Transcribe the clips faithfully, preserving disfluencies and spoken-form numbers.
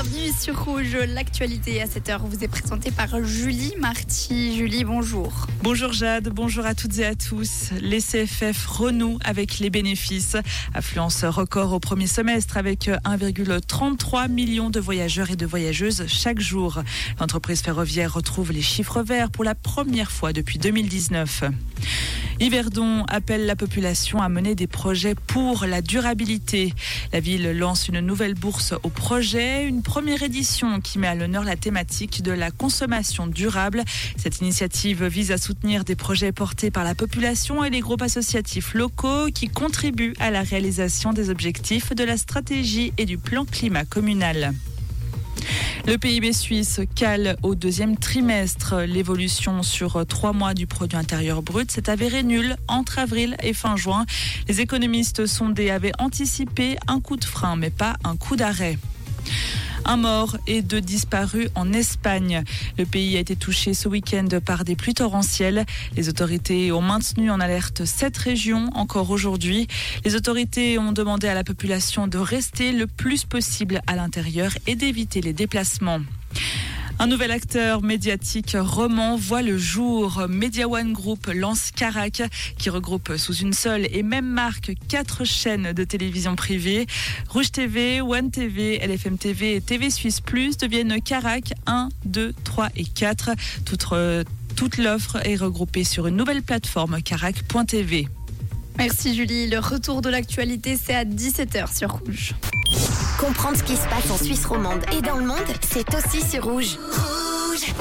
Bienvenue sur Rouge. L'actualité à cette heure vous est présentée par Julie Marty. Julie, bonjour. Bonjour Jade, bonjour à toutes et à tous. Les C F F renouent avec les bénéfices. Affluence record au premier semestre avec un virgule trente-trois million de voyageurs et de voyageuses chaque jour. L'entreprise ferroviaire retrouve les chiffres verts pour la première fois depuis deux mille dix-neuf. Yverdon appelle la population à mener des projets pour la durabilité. La ville lance une nouvelle bourse au projet, une première édition qui met à l'honneur la thématique de la consommation durable. Cette initiative vise à soutenir des projets portés par la population et les groupes associatifs locaux qui contribuent à la réalisation des objectifs de la stratégie et du plan climat communal. Le P I B suisse cale au deuxième trimestre. L'évolution sur trois mois du produit intérieur brut s'est avérée nulle entre avril et fin juin. Les économistes sondés avaient anticipé un coup de frein, mais pas un coup d'arrêt. Un mort et deux disparus en Espagne. Le pays a été touché ce week-end par des pluies torrentielles. Les autorités ont maintenu en alerte sept régions encore aujourd'hui. Les autorités ont demandé à la population de rester le plus possible à l'intérieur et d'éviter les déplacements. Un nouvel acteur médiatique roman voit le jour. Media One Group lance Carac, qui regroupe sous une seule et même marque quatre chaînes de télévision privées. Rouge T V, One T V, L F M T V et T V Suisse Plus deviennent Carac un, deux, trois et quatre. Toute, toute l'offre est regroupée sur une nouvelle plateforme, carac point t v. Merci Julie. Le retour de l'actualité, c'est à dix-sept heures sur Rouge. Comprendre ce qui se passe en Suisse romande et dans le monde, c'est aussi sur Rouge. Rouge.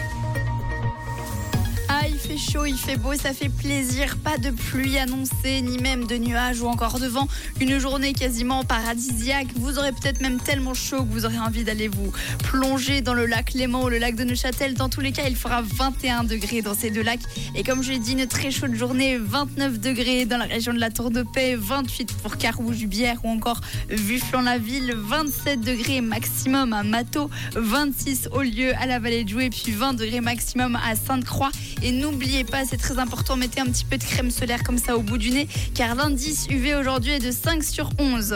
Ah, il fait chaud, il fait beau, ça fait plaisir. Pas de pluie annoncée, ni même de nuages ou encore de vent. Une journée quasiment paradisiaque. Vous aurez peut-être même tellement chaud que vous aurez envie d'aller vous plonger dans le lac Léman ou le lac de Neuchâtel. Dans tous les cas, il fera vingt et un degrés dans ces deux lacs. Et comme je l'ai dit, une très chaude journée, vingt-neuf degrés dans la région de la Tour de Paix, vingt-huit pour Carouge-Bière ou encore Vufflan-la-Ville, vingt-sept degrés maximum à Mathaux, vingt-six au lieu à la Vallée de Joux et puis vingt degrés maximum à Sainte-Croix. Et n'oubliez pas, c'est très important, mettez un petit peu de crème solaire comme ça au bout du nez, car l'indice U V aujourd'hui est de cinq sur onze.